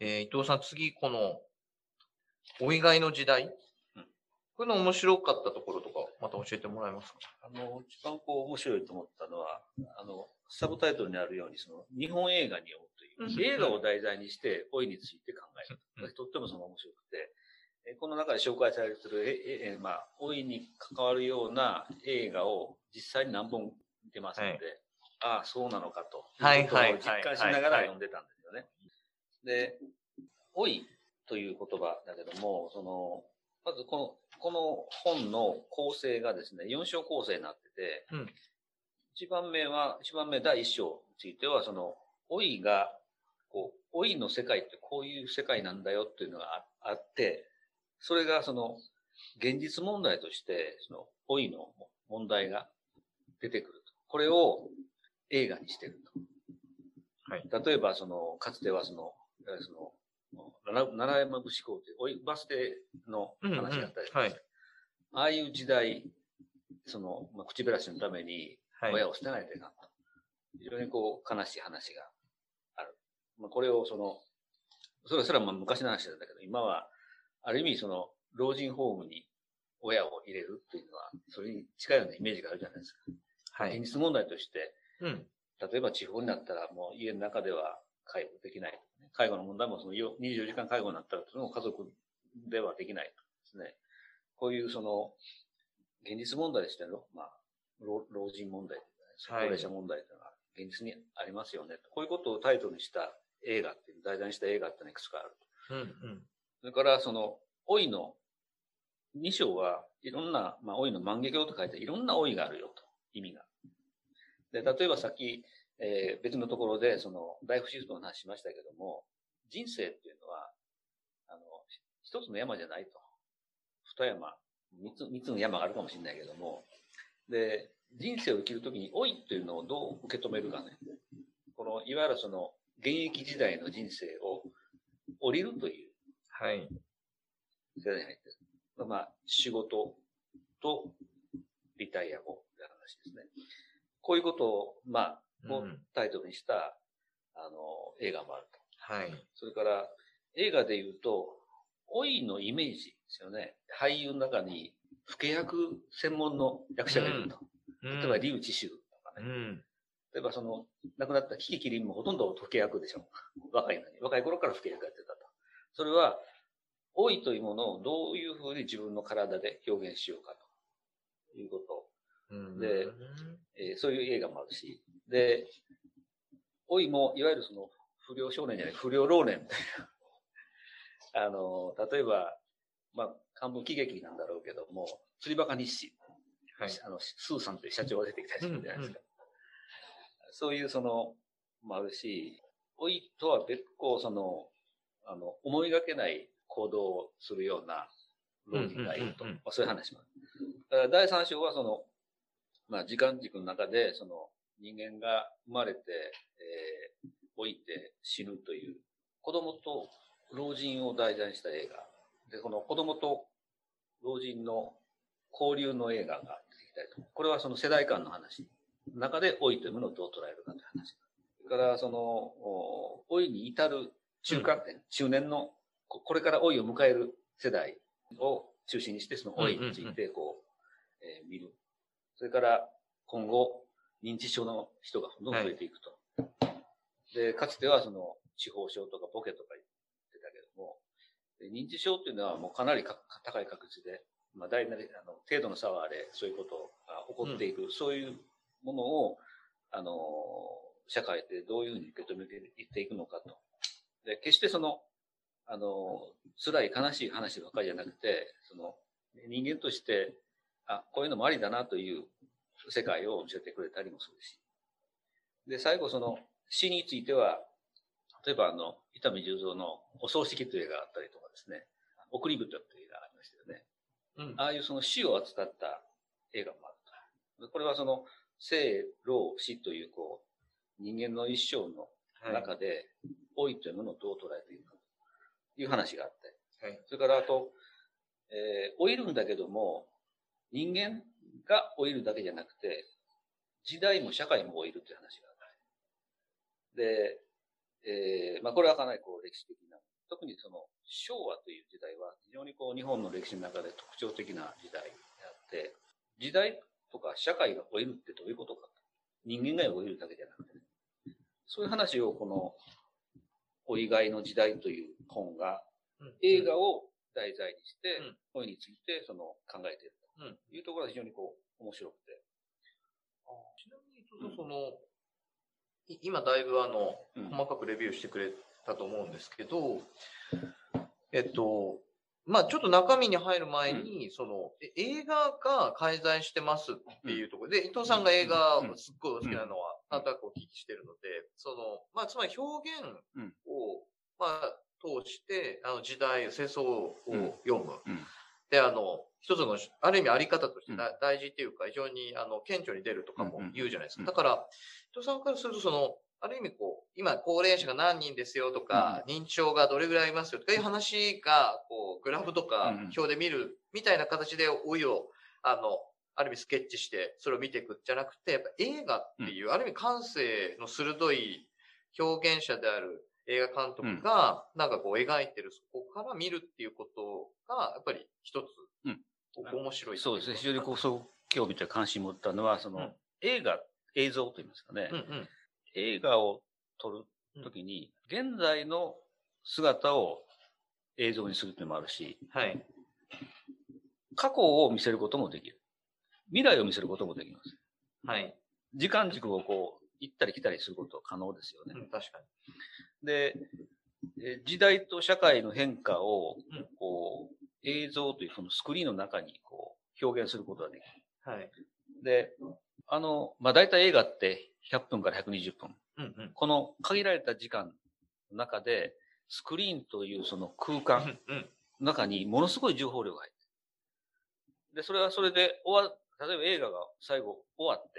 伊藤さん、次、この、お意外の時代、こういうの面白かったところとか、また教えてもらえますか？ 一番面白いと思ったのは、サブタイトルにあるように、日本映画に追うという、映画を題材にして、老いについて考える。とっても面白くて、この中で紹介されている、老いに関わるような映画を実際に何本見てますので、ああ、そうなのかと、いうことを実感しながら読んでたんですよね。で、老いという言葉だけども、まずこの本の構成がですね、4章構成になってて、1番目第1章については、老いが、老いの世界ってこういう世界なんだよっていうのがあって、それが現実問題として、老いの問題が出てくると。これを映画にしてると。例えば、かつては奈良山節考というバス停の話があったりとか、ああいう時代、口減らしのために親を捨てないといかんと。非常に悲しい話がある。これをそれは昔の話なんだけど、今は、ある意味老人ホームに親を入れるっていうのは、それに近いようなイメージがあるじゃないですか。現実問題として、例えば地方になったらもう家の中では介護できない。介護の問題も24時間介護になったらその家族ではできないとですね。こういう現実問題としての、老人問題、高齢者問題というのが現実にありますよね。こういうことをタイトルにした映画っていう、題材にした映画ってのはいくつかあると。それから老いの2章はいろんな、老いの万華鏡と書いていろんな老いがあるよと、意味が。で、例えばさっき、別のところでライフシフトの話しましたけども、人生っていうのは、一つの山じゃないと。二山、三つの山があるかもしれないけども、で、人生を生きるときに老いというのをどう受け止めるかね。いわゆる現役時代の人生を降りるという、世代に入ってる。仕事とリタイア後という話ですね。こういうことを、タイトルにした、映画もあると。それから、映画で言うと、老いのイメージですよね。俳優の中に、老け役専門の役者がいると。例えば、リュウ・チシュウとかね。例えば、亡くなったキキキリンもほとんど老け役でしょ。若いのに。若い頃から老け役やってたと。それは、老いというものをどういうふうに自分の体で表現しようかということ。で、そういう映画もあるし、で、老いも、いわゆる不良少年じゃない、不良老年みたいな。例えば、漢文喜劇なんだろうけども、釣りバカ日誌。スーさんという社長が出てきたりするじゃないですか。そういうもあるし、老いとは別個思いがけない行動をするような老人がいると。そういう話もある。だから第3章は時間軸の中で、人間が生まれて、老いて死ぬという、子供と老人を題材にした映画。で、この子供と老人の交流の映画が出てきたりと。これは世代間の話。中で老いというものをどう捉えるかという話。それから老いに至る中間点、中年の、これから老いを迎える世代を中心にして、老いについて見る。それから今後、認知症の人がどんどん増えていくと。で、かつては痴呆症とかボケとか言ってたけども、認知症っていうのはもうかなり高い確率で、程度の差はあれ、そういうことが起こっていく、そういうものを、社会でどういうふうに受け止めていっていくのかと。で、決して辛い悲しい話ばっかりじゃなくて、人間として、こういうのもありだなという世界を見せてくれたりもするし。で、最後死については、例えば伊丹十三のお葬式という映画があったりとかですね、送り人という映画がありましたよね。ああいう死を扱った映画もあると。これは生、老、死という人間の一生の中で、老いというものをどう捉えているかという話があって。それからあと、老いるんだけども、人間が老いるだけじゃなくて、時代も社会も老いるという話があって。で、これはかなり歴史的な特にその昭和という時代は非常にこう日本の歴史の中で特徴的な時代であって、時代とか社会が老いるってどういうことか。人間が老いるだけじゃなくてね。そういう話をこの老いがいの時代という本が映画を題材にして老いについてその考えているというところが非常にこう面白くて。 ちなみにちょっとその、今だいぶ細かくレビューしてくれたと思うんですけど、まあちょっと中身に入る前に、その映画が介在してますっていうところで、伊藤さんが映画をすっごい好きなのはなんとなくお聞きしてるので、そのまあつまり表現をまあ通して時代世相を読む。で一つのある意味あり方として大事っていうか非常に顕著に出るとかも言うじゃないですか。だから伊藤さんからするとそのある意味こう今高齢者が何人ですよとか、認知症がどれぐらいいますよとかいう話がこうグラフとか表で見るみたいな形で老いをある意味スケッチしてそれを見ていくじゃなくて、やっぱ映画っていうある意味感性の鋭い表現者である映画監督がなんかこう描いてるそこから見るっていうことがやっぱり一つ面白い。 そうですね。非常にこう興味と関心を持ったのはその映像といいますかね。映画を撮るときに、現在の姿を映像にするっていうのもあるし、過去を見せることもできる。未来を見せることもできます。時間軸をこう、行ったり来たりすることは可能ですよね。 確かに。 で、時代と社会の変化を、こう、映像というそのスクリーンの中にこう、表現することができる。で、まあ、大体映画って100分から120分。この限られた時間の中で、スクリーンというその空間の中にものすごい情報量が入ってる。で、それはそれで例えば映画が最後終わって、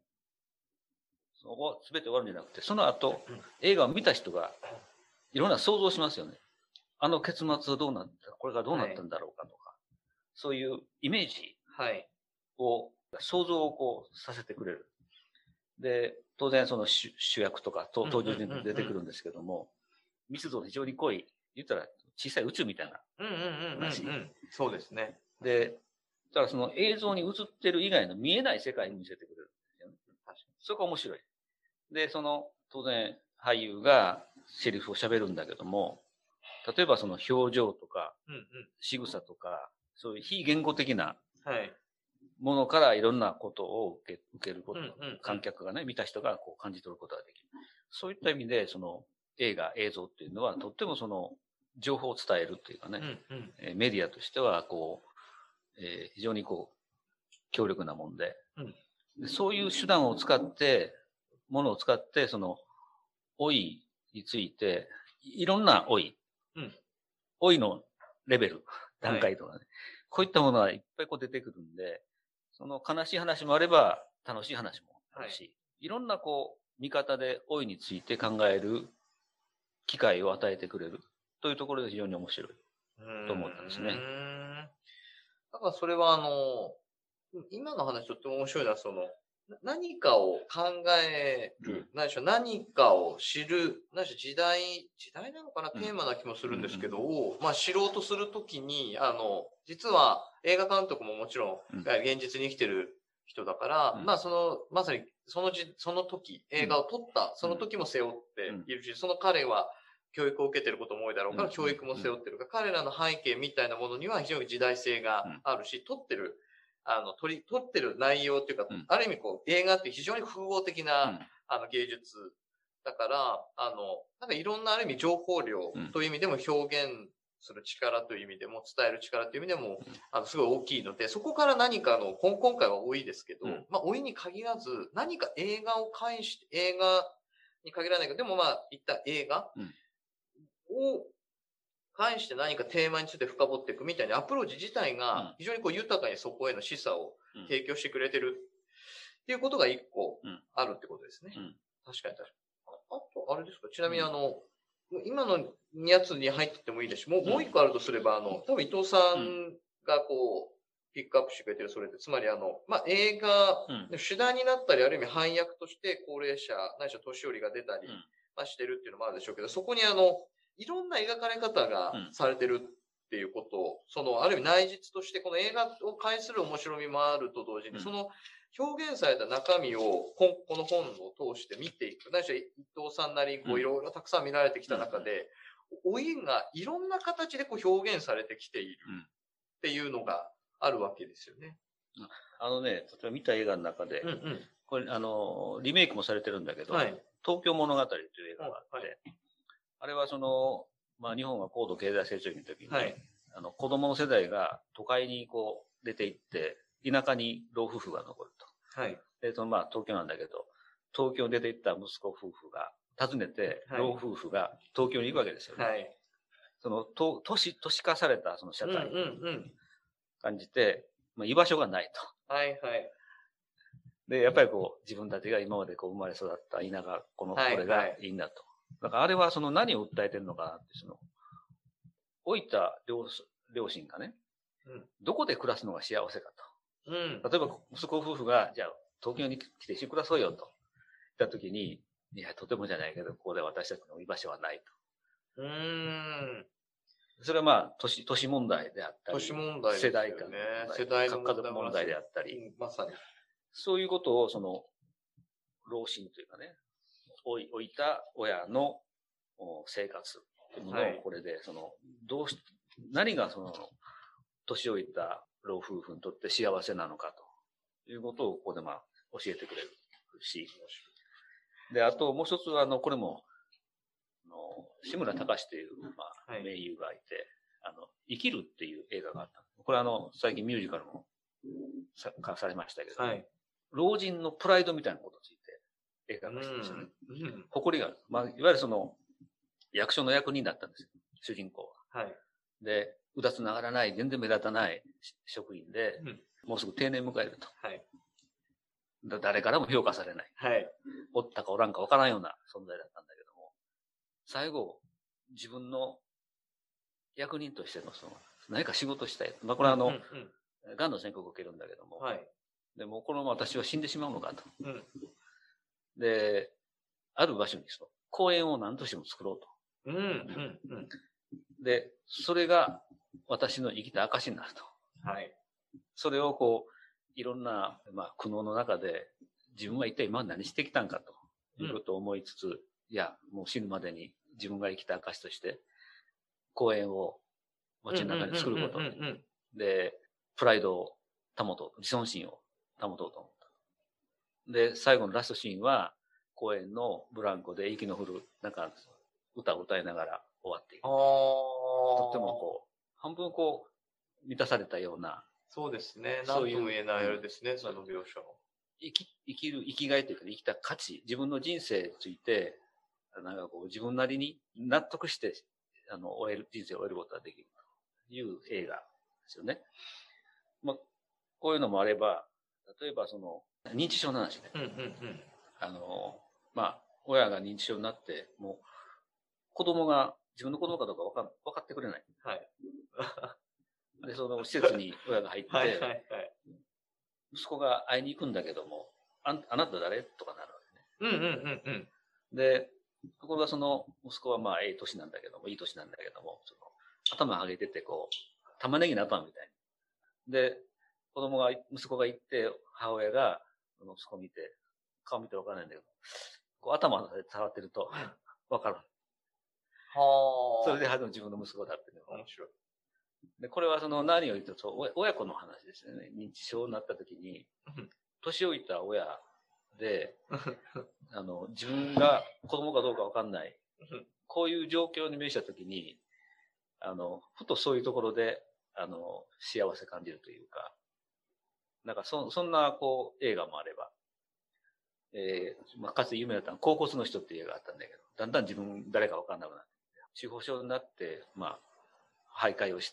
すべて終わるんじゃなくて、その後、映画を見た人がいろんな想像しますよね。結末はどうなった、これがどうなったんだろうかとか、そういうイメージを、想像をこうさせてくれる。で、当然その主役とか登場人物出てくるんですけども、密度非常に濃い、言ったら小さい宇宙みたいな話。 そうですね。 で、だからその映像に映ってる以外の見えない世界に見せてくれるんですよね。そこが面白い。で、当然俳優がセリフを喋るんだけども、例えばその表情とか、仕草とか、そういう非言語的なものからいろんなことを受けること、観客がね、見た人がこう感じ取ることができる。そういった意味で、その映像っていうのは、とってもその情報を伝えるっていうかね、メディアとしては、こう、非常にこう、強力なもんで、そういう手段を使って、ものを使って、その、老いについて、いろんな老い、老いのレベル、段階とかね、こういったものがいっぱいこう出てくるんで、その悲しい話もあれば、楽しい話もあるし、いろんなこう、見方で老いについて考える機会を与えてくれるというところで非常に面白いと思ったんですね。 だからそれは今の話とっても面白いのは、その、何かを考える、何かを知る、時代なのかな、テーマな気もするんですけど、まあ知ろうとするときに、実は映画監督ももちろん、現実に生きてる人だから、まあまさにその時、映画を撮ったその時も背負っているし、その彼は教育を受けてることも多いだろうから、教育も背負ってるから、彼らの背景みたいなものには非常に時代性があるし、撮ってる内容っていうか、ある意味こう、映画って非常に複合的な、芸術だから、なんかいろんなある意味情報量という意味でも表現する力という意味でも、伝える力という意味でも、すごい大きいので、そこから何か今回は多いですけど、まあ、多いに限らず、何か映画を介して、映画に限らないけど、でもまあ、言った映画を、関して何かテーマについて深掘っていくみたいなアプローチ自体が非常にこう豊かにそこへの示唆を提供してくれてるっていうことが一個あるってことですね。確かに。あと、あれですか、ちなみに今のやつに入っててもいいですし、もう一個あるとすれば、多分伊藤さんがこう、ピックアップしてくれてるそれって、つまりまあ、映画の主題になったり、ある意味反役として高齢者、ないしは年寄りが出たりしてるっていうのもあるでしょうけど、そこにいろんな描かれ方がされてるっていうことを、その、ある意味内実として、この映画を介する面白みもあると同時に、その表現された中身を、この本を通して見ていく。何しろ伊藤さんなり、こう、いろいろたくさん見られてきた中で、老いがいろんな形でこう表現されてきているっていうのがあるわけですよね。 例えば見た映画の中で、これ、リメイクもされてるんだけど、東京物語という映画があって、あれはその、日本が高度経済成長期の時に、子供の世代が都会にこう出て行って、田舎に老夫婦が残ると。で、東京なんだけど、東京に出て行った息子夫婦が訪ねて、老夫婦が東京に行くわけですよね。その、都市化されたその社会感じて、居場所がないと。で、やっぱりこう、自分たちが今までこう生まれ育った田舎、これがいいんだと。だからあれはその何を訴えてるのかなって、その、老いた両親がね、どこで暮らすのが幸せかと。例えば、息子夫婦が、じゃあ、東京に来て一緒に暮らそうよと。言ったときに、いや、とてもじゃないけど、ここで私たちの居場所はないと。それは都市問題であったり、世代間の問題、家族問題であったり、 まさに。 そういうことを、その、老親というかね、老いた親の生活というものをこれで、その、何がその、年老いた老夫婦にとって幸せなのかということをここで教えてくれるし、で、あともう一つはこれも、志村隆という、名優がいて、生きるっていう映画があった。これ最近ミュージカルもされましたけど、老人のプライドみたいなことについて映画化してるんですよね。誇りがある。いわゆるその、役所の役人だったんですよ、主人公は。で、うだつながらない、全然目立たない職員で、もうすぐ定年迎えると。誰からも評価されない。おったかおらんかわからんような存在だったんだけども、最後、自分の役人としての何か仕事したい。これは癌の宣告を受けるんだけども、でもこのまま私は死んでしまうのかと。で、ある場所に公園を何としても作ろうと。で、それが私の生きた証になると。それをこう、いろんな、苦悩の中で、自分は一体今何してきたんかということを思いつつ、いや、もう死ぬまでに自分が生きた証として、公園を街の中に作ること。で、プライドを保とう、自尊心を保とうと思った。で、最後のラストシーンは、公園のブランコで息の降る、歌を歌いながら終わっていく。とってもこう、半分こう、満たされたような。 そうですね。何とも言えないあれですね、その描写を。 生きる、生きがいというか、生きた価値、自分の人生について、自分なりに納得して、人生を終えることができるという映画ですよね。こういうのもあれば、例えば認知症の話ね。親が認知症になって、もう、自分の子供かどうか分かってくれない。で、その施設に親が入って、息子が会いに行くんだけども、あなた誰とかなるわけね。で、ところが息子はいい年なんだけども、頭上げてて、こう、玉ねぎの頭みたいに。で、息子が行って、母親が、息子見て、顔見て分からないんだけど、こう頭で触ってると、分かる。それで自分の息子だってね。面白い。で、これは何を言うと、親子の話ですよね。認知症になった時に、年老いた親で、自分が子供かどうかわかんない。こういう状況に面した時に、ふとそういうところで、幸せ感じるというか、そんな、こう、映画もあれば、かつて有名だった甲骨の人っていう映画があったんだけど、だんだん自分誰かわかんなくなって、司法症になって、徘徊をして、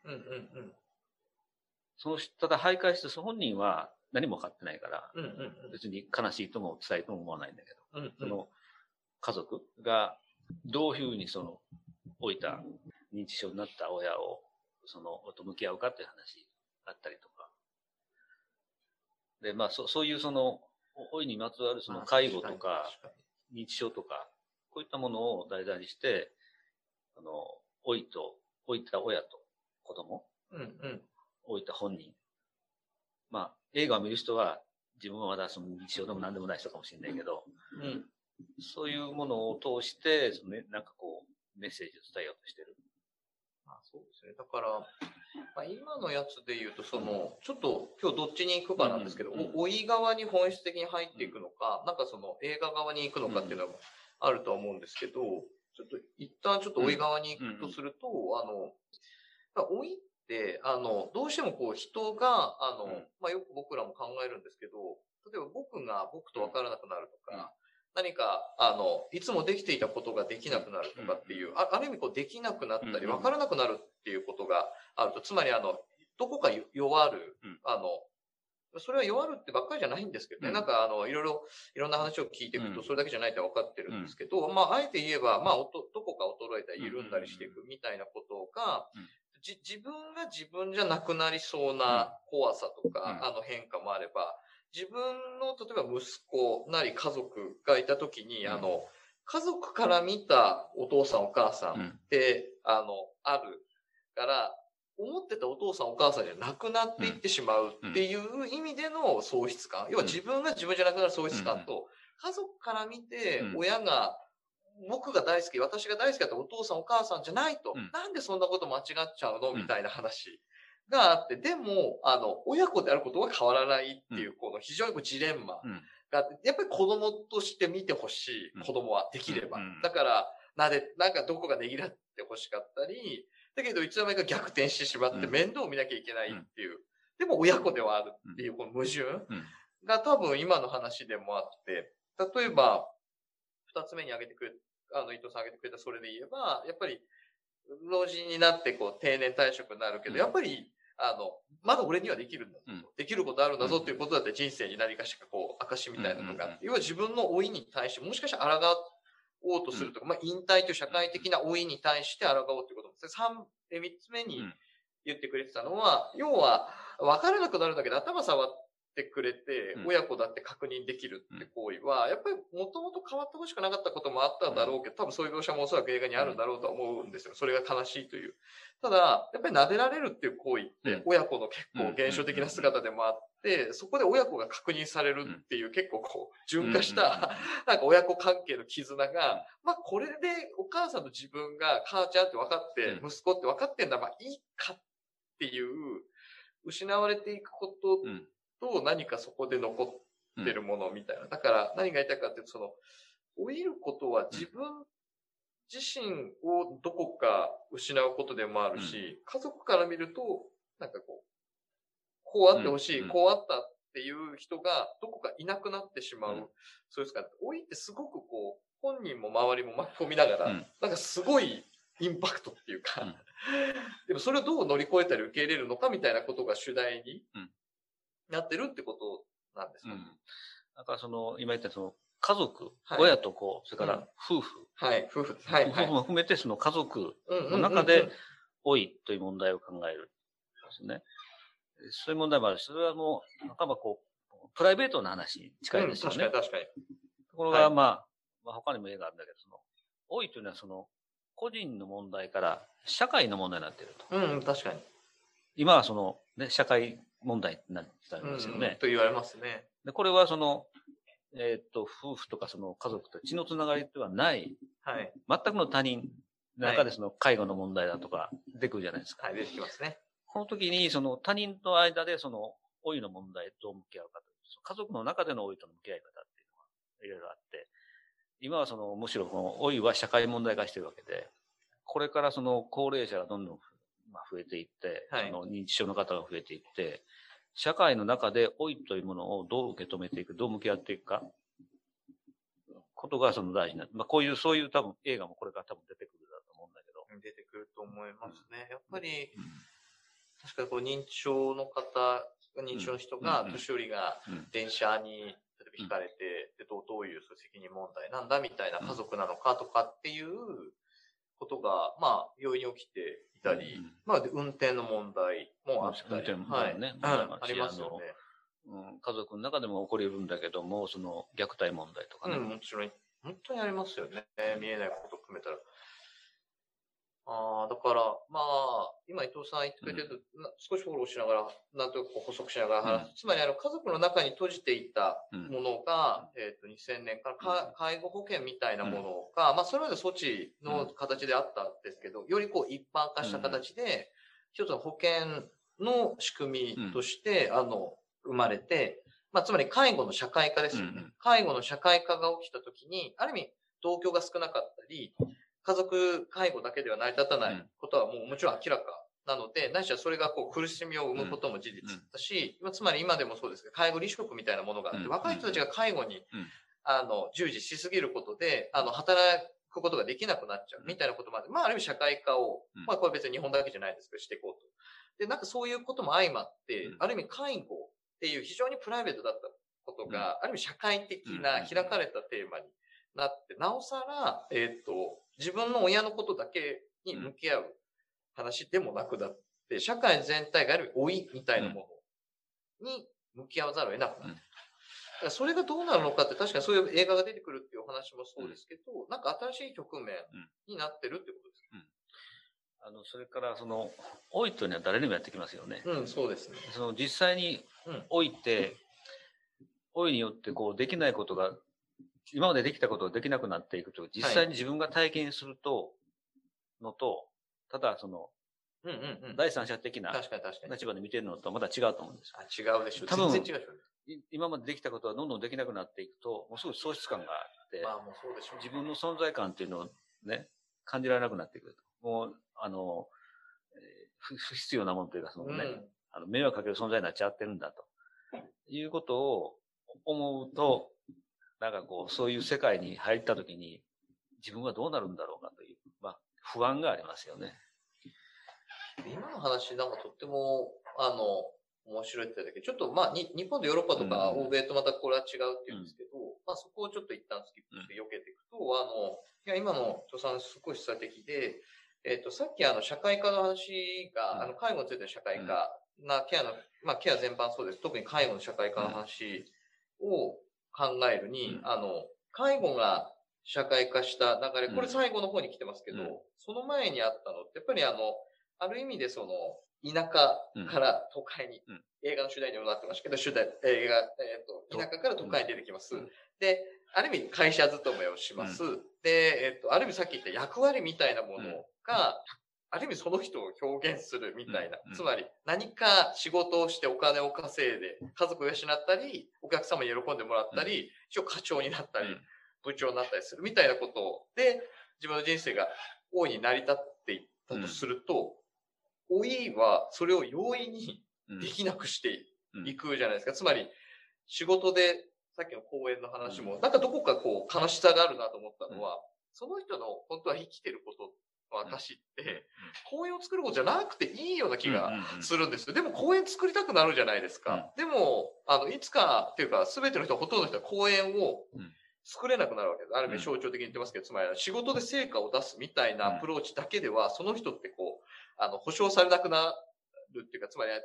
ただ徘徊して、本人は何も分かってないから、別に悲しいとも辛いとも思わないんだけど、家族がどういうふうに老いた認知症になった親を、と向き合うかという話があったりとか。で、そういう老いにまつわる介護とか、認知症とか、こういったものを題材にして、 老いた親と子供、老いた本人。まあ、映画を見る人は、自分はまだその日常でも何でもない人かもしれないけど、そういうものを通して、なんかこう、メッセージを伝えようとしてる。 そうですね。だから、今のやつで言うと、ちょっと今日どっちに行くかなんですけど、老い側に本質的に入っていくのか、なんか映画側に行くのかっていうのもあるとは思うんですけど、ちょっと一旦ちょっと老い側に行くとすると、老いって、どうしてもこう人が、よく僕らも考えるんですけど、例えば僕が僕と分からなくなるとか、何か、いつもできていたことができなくなるとかっていう、ある意味こうできなくなったり、分からなくなるっていうことがあると、つまりどこか弱る、それは弱るってばっかりじゃないんですけどね、なんかいろんな話を聞いていくと、それだけじゃないって分かってるんですけど、あえて言えば、どこか衰えたり緩んだりしていくみたいなことが、自分が自分じゃなくなりそうな怖さとか、変化もあれば、自分の、例えば息子なり家族がいたときに、家族から見たお父さんお母さんって、あるから、思ってたお父さんお母さんじゃなくなっていってしまうっていう意味での喪失感。要は自分が自分じゃなくなる喪失感と、家族から見て親が、僕が大好き、私が大好きだったお父さんお母さんじゃないと、なんでそんなこと間違っちゃうのみたいな話があって、でも、親子であることは変わらないっていう、この非常にジレンマが、やっぱり子供として見てほしい、子供はできれば。だから、なんかどこかねぎらってほしかったり、だけどいつの間にか逆転してしまって面倒を見なきゃいけないっていう、でも親子ではあるっていうこの矛盾が多分今の話でもあって、例えば、二つ目に挙げてくれ、伊藤さん挙げてくれたそれで言えば、やっぱり、老人になってこう定年退職になるけど、やっぱり、まだ俺にはできるんだぞ、できることあるんだぞっていうことだって人生に何かしかこう、証みたいなのがあって、要は自分の老いに対して、もしかしたら抗おうとするとか、引退という社会的な老いに対して抗おうということも、三つ目に言ってくれてたのは、要は、分からなくなるんだけど、頭触ってくれて、親子だって確認できるって行為は、やっぱりもともと変わってほしくなかったこともあったんだろうけど、多分そういう描写もおそらく映画にあるんだろうと思うんですよ。それが悲しいという。ただ、やっぱり撫でられるっていう行為って、親子の結構現象的な姿でもあって、そこで親子が確認されるっていう結構こう、純化した、なんか親子関係の絆が、これでお母さんと自分が母ちゃんって分かって、息子って分かってんだ、いいかっていう、失われていくことと何かそこで残ってるものみたいな。だから何が言いたいかっていうと、老いることは自分自身をどこか失うことでもあるし、家族から見ると、なんかこうあってほしい、こうあったっていう人がどこかいなくなってしまう。そうですか。老いってすごくこう、本人も周りも巻き込みながら、なんかすごいインパクトっていうか、でもそれをどう乗り越えたり受け入れるのかみたいなことが主題になってるってことなんですかね。 だから今言った家族、親と子、それから夫婦。 夫婦です。 夫婦も含めて家族の中で老いという問題を考えるんですね。そういう問題もあるし、それはもう、なんかプライベートな話に近いですよね。 確かに。 ところが、他にも映画あるんだけど、老いというのは個人の問題から社会の問題になっていると。 確かに。 今は社会問題になってたりますよね。 と言われますね。 で、これは夫婦とか家族と血のつながりではない、全くの他人の中で介護の問題だとか出てくるじゃないですか。 出てきますね。 この時に他人と間で老いの問題と向き合うかと。家族の中での老いとの向き合い方っていうのがいろいろあって、今はむしろ老いは社会問題化してるわけで、これから高齢者がどんどん増えていって、認知症の方が増えていって、社会の中で老いというものをどう受け止めていく、どう向き合っていくか、ことが大事な。そういう多分映画もこれから多分出てくるだと思うんだけど。 出てくると思いますね。やっぱり、確かに認知症の方、認知症の人が、年寄りが電車に例えば引かれて、でどういう責任問題なんだみたいな家族なのかとかっていうことが、容易に起きていたり、運転の問題もあったり。 運転の問題ね。 ありますよね。 家族の中でも起こり得るんだけども、虐待問題とかね。 もちろん、本当にありますよね。見えないことを含めたら。 だから、まあ、今伊藤さん言ってくれてると、少しフォローしながら、なんとなく補足しながら話す。つまり、家族の中に閉じていたものが、2000年から介護保険みたいなものが、まあ、それまで措置の形であったんですけど、よりこう一般化した形で、一つの保険の仕組みとして、生まれて、まあ、つまり介護の社会化ですよね。介護の社会化が起きたときに、ある意味、同居が少なかったり、家族介護だけでは成り立たないことはもちろん明らかなので、ないしはそれがこう苦しみを生むことも事実だし、つまり今でもそうですけど、介護離職みたいなものがあって、若い人たちが介護に、従事しすぎることで、働くことができなくなっちゃうみたいなことまで、まあ、ある意味社会化を、まあ、これ別に日本だけじゃないですけど、していこうと。で、なんかそういうことも相まって、ある意味介護っていう非常にプライベートだったことが、ある意味社会的な開かれたテーマになって、なおさら、自分の親のことだけに向き合う話でもなくなって、社会全体がある意味老いみたいなものに向き合わざるを得なくなっている。だからそれがどうなるのかって確かにそういう映画が出てくるっていうお話もそうですけど、なんか新しい局面になってるってことですか？ それから老いというのは誰にもやってきますよね。 そうですね。 実際に老いて、老いによってこうできないことが、今までできたことができなくなっていくと、実際に自分が体験すると、ただ第三者的な立場で見てるのとまた違うと思うんですよ。違うでしょ。多分全然違うでしょ。 今までできたことがどんどんできなくなっていくと、もうすごい喪失感があって、 まあもうそうでしょう。 自分の存在感っていうのをね、感じられなくなってくると。もう、不必要なものというか、迷惑かける存在になっちゃってるんだと。いうことを思うと、なんかこう、そういう世界に入ったときに、自分はどうなるんだろうかという、まあ、不安がありますよね。 今の話、なんかとっても、面白いって言ったけど、ちょっとまあ、日本とヨーロッパとか欧米とまたこれは違うって言うんですけど、まあそこをちょっと一旦スキップして避けていくと、いや、今の人さんすごい示唆的で、さっき社会科の話が、介護についての社会科なケアの、まあケア全般そうです。特に介護の社会科の話を考えるに、介護が社会化した流れ、これ最後の方に来てますけど、その前にあったのって、やっぱりある意味で田舎から都会に、映画の主題にもなってましたけど、田舎から都会に出てきます。で、ある意味会社勤めをします。で、ある意味さっき言った役割みたいなものが、ある意味その人を表現するみたいな。つまり何か仕事をしてお金を稼いで家族を養ったり、お客様に喜んでもらったり、一応課長になったり、部長になったりするみたいなことで、自分の人生が大いに成り立っていったとすると、老いはそれを容易にできなくしていくじゃないですか。つまり、仕事で、さっきの講演の話も、なんかどこかこう悲しさがあるなと思ったのは、その人の本当は生きてることの私って、公園を作ることじゃなくていいような気がするんですよ。でも公園作りたくなるじゃないですか。でも、いつかっていうか、すべての人、ほとんどの人は公園を作れなくなるわけです。ある意味象徴的に言ってますけど、つまり仕事で成果を出すみたいなアプローチだけでは、その人ってこう、保証されなくなるっていうか、つまり、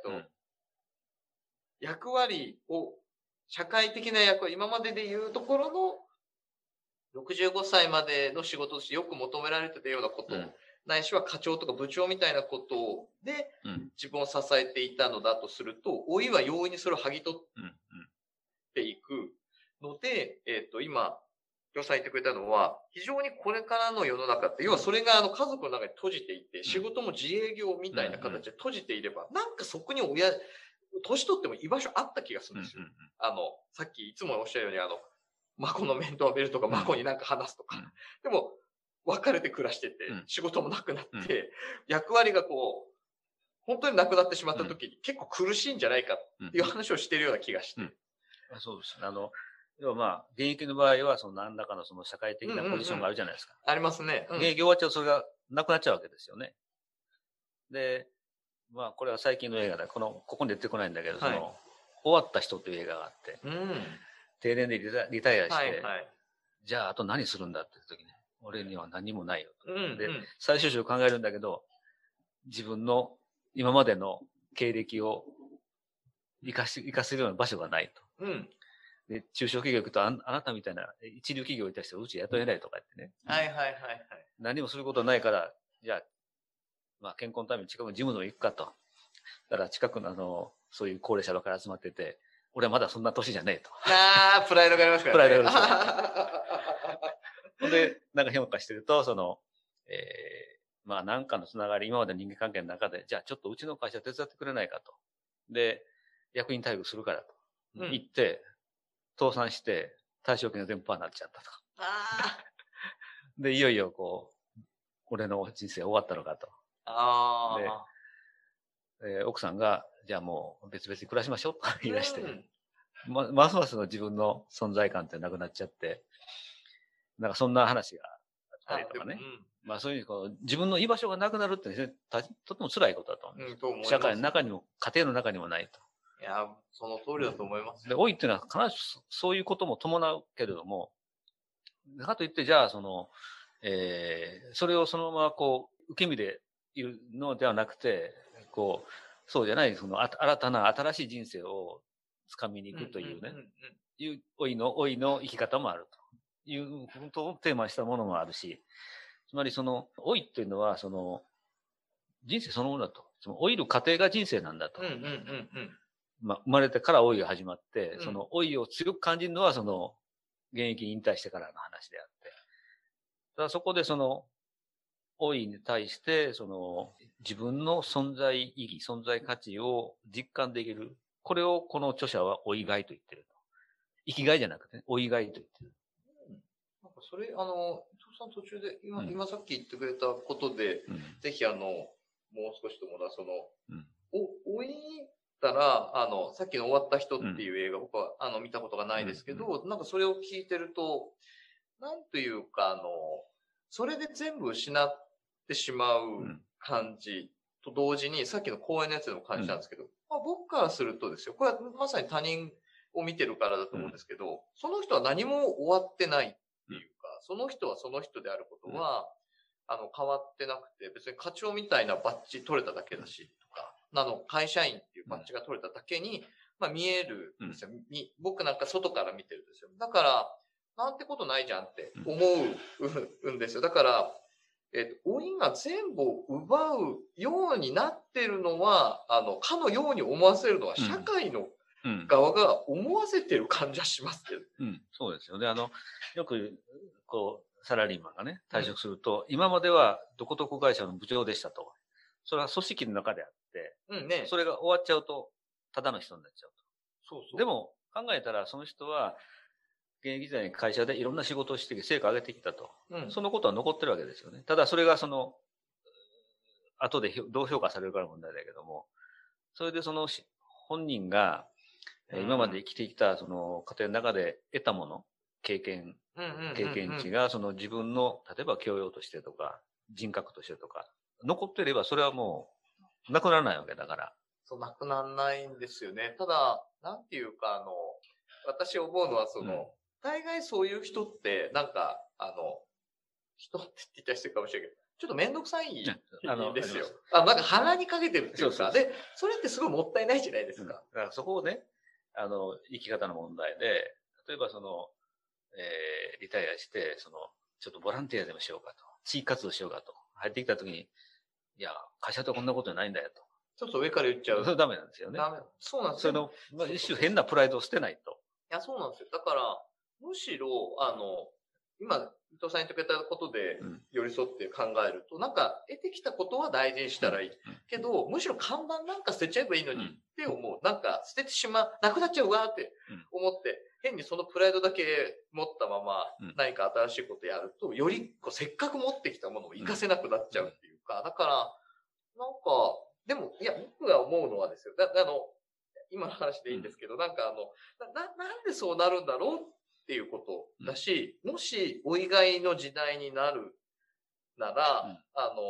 役割を、社会的な役割、今までで言うところの、65歳までの仕事としてよく求められてたようなこと、ないしは課長とか部長みたいなことで、自分を支えていたのだとすると、老いは容易にそれを剥ぎ取っていくので、今、ヨさん言ってくれたのは、非常にこれからの世の中って、要はそれが家族の中に閉じていて、仕事も自営業みたいな形で閉じていれば、なんかそこに年取っても居場所あった気がするんですよ。さっきいつもおっしゃるように、孫の面倒を見るとか、孫になんか話すとか。でも、別れて暮らしてて、仕事もなくなって、役割がこう、本当になくなってしまった時に結構苦しいんじゃないかっていう話をしているような気がして。 そうです。要はまあ、現役の場合は、何らかの社会的なポジションがあるじゃないですか。 ありますね。 現役終わっちゃうとそれがなくなっちゃうわけですよね。で、まあ、これは最近の映画で、ここに出てこないんだけど、終わった人という映画があって、定年でリタイアして、じゃあ、あと何するんだって言った時に、俺には何もないよと。で、最終章を考えるんだけど、自分の今までの経歴を活かせるような場所がないと。で、中小企業行くと、あなたみたいな一流企業に対してうち雇えないとか言ってね。 はい。 何もすることないから、じゃあ、 まあ健康のために近くのジムでも行くかと。だから近くのそういう高齢者ばっかり集まってて、俺はまだそんな年じゃねえと。 ああ、プライドがありますからね。 プライドがあるんですよ。で、なんか評価してると、まあなんかのつながり、今までの人間関係の中で、じゃあちょっとうちの会社手伝ってくれないかと。で、役員待遇するからと。言って、倒産して、退職金が全部パーになっちゃったと。で、いよいよ俺の人生終わったのかと。で、奥さんが、じゃあもう別々に暮らしましょうと言い出して、ますますの自分の存在感ってなくなっちゃって、なんかそんな話があったりとかね。まあそういう自分の居場所がなくなるって、ね、とても辛いことだと思うんです。社会の中にも、家庭の中にもないと。 いや、その通りだと思います。 で、老いっていうのは必ずそういうことも伴うけれども、かといって、じゃあそれをそのまま受け身でいるのではなくて、そうじゃない、新たな新しい人生を掴みに行くというね、いう老いの生き方もあるということをテーマにしたものもあるし、つまり老いというのは人生そのものだと。老いる過程が人生なんだと。まあ、生まれてから老いが始まって、老いを強く感じるのは現役引退してからの話であって。ただそこで老いに対して、自分の存在意義、存在価値を実感できる。これをこの著者は老いがいと言ってると。生きがいじゃなくて、老いがいと言ってる。 なんかそれ、伊藤さん途中で、今さっき言ってくれたことで、ぜひもう少しとも老いたら、さっきの終わった人っていう映画、僕は見たことがないですけど、なんかそれを聞いてると、なんというか、それで全部失ってしまう感じと同時に、さっきの公演のやつでも感じたんですけど、まあ、僕からするとですよ、これはまさに他人を見てるからだと思うんですけど、その人は何も終わってないっていうか、その人はその人であることは、変わってなくて、別に課長みたいなバッジ取れただけだし、とか、会社員っていうバッジが取れただけに、まあ見えるんですよ。僕なんか外から見てるんですよ。だから、なんてことないじゃんって思うんですよ。だから、老いが全部を奪うようになってるのは、かのように思わせるのは社会の側が思わせてる感じはしますけど。 そうですよね。よく、サラリーマンがね、退職すると、今まではどこどこ会社の部長でしたと。それは組織の中であって、それが終わっちゃうと、ただの人になっちゃうと。でも、考えたら、その人は、現役時代に会社でいろんな仕事をして成果を上げてきたと。そのことは残ってるわけですよね。ただそれが後でどう評価されるかの問題だけども、それで本人が今まで生きてきた過程の中で得たもの、経験値が自分の、例えば教養としてとか、人格としてとか、残っていればそれはもうなくならないわけだから。 そう、なくならないんですよね。ただ、なんていうか、私思うのは大概そういう人って、なんか、人って言ったりしてるかもしれないけど、ちょっとめんどくさいんですよ。なんか鼻にかけてるっていうか、で、それってすごいもったいないじゃないですか。 だからそこをね、生き方の問題で、例えばリタイアして、ちょっとボランティアでもしようかと。地域活動しようかと。入ってきたときに、いや、会社とこんなことないんだよと。 ちょっと上から言っちゃう。 それダメなんですよね。 そうなんですよ。 一種変なプライドを捨てないと。 いや、そうなんですよ。だから、むしろ、今、伊藤さんに言ってくれたことで寄り添って考えると、なんか得てきたことは大事にしたらいい。けど、むしろ看板なんか捨てちゃえばいいのにって思う。なんか捨ててなくなっちゃうわって思って、変にそのプライドだけ持ったまま何か新しいことやると、よりせっかく持ってきたものを活かせなくなっちゃうっていうか、だから、なんか、でも、いや、僕が思うのはですよ。今の話でいいんですけど、なんかなんでそうなるんだろうっていうことだし、もし、老いがいの時代になるなら、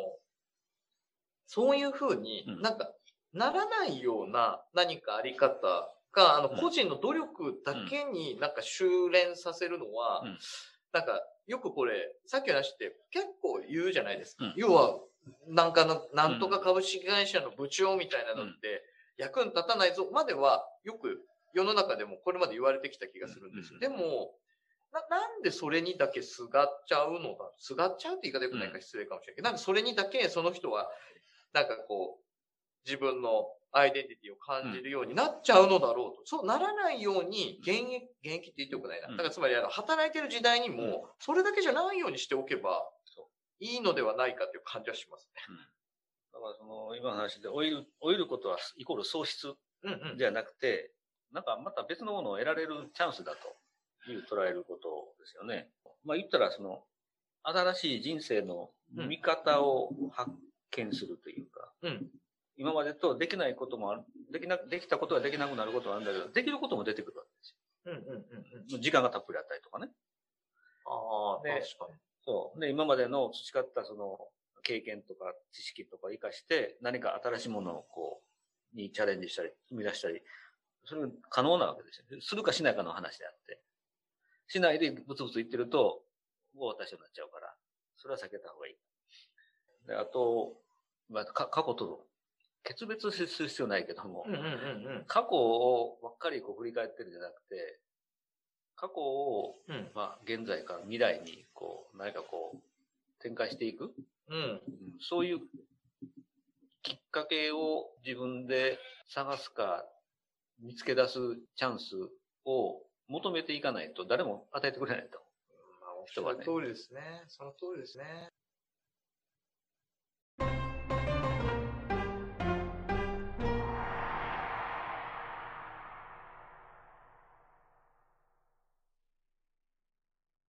そういうふうになんか、ならないような何かあり方が、個人の努力だけになんか修練させるのは、なんか、よくこれ、さっきの話って結構言うじゃないですか。要は、なんとか株式会社の部長みたいなのって、役に立たないぞまではよく世の中でもこれまで言われてきた気がするんですよ。でも、なんでそれにだけすがっちゃうのだすがっちゃうって言い方よくないか失礼かもしれないけど、なんかそれにだけその人はなんかこう、自分のアイデンティティを感じるようになっちゃうのだろうと。そうならないように、現役って言ってよくないな。だからつまり、働いてる時代にも、それだけじゃないようにしておけば、いいのではないかという感じはしますね。 だから今の話で、老いることはイコール喪失ではなくて、なんかまた別のものを得られるチャンスだという捉えることですよね。まあ言ったら新しい人生の見方を発見するというか、今までとできないこともできたことができなくなることはあるんだけど、できることも出てくるわけですよ。時間がたっぷりあったりとかね。 ああ、確かに。 そう。で、今までの培った経験とか知識とかを生かして、何か新しいものをにチャレンジしたり、生み出したり、それが可能なわけですよ。するかしないかの話であって。しないでブツブツ言ってると、もう私になっちゃうから、それは避けた方がいい。で、あと、過去と決別する必要ないけども、過去をばっかり振り返ってるんじゃなくて、過去を、現在から未来に何か展開していく、そういうきっかけを自分で探すか見つけ出すチャンスを求めていかないと誰も与えてくれないと。 人はね。その通りですね。その通りですね。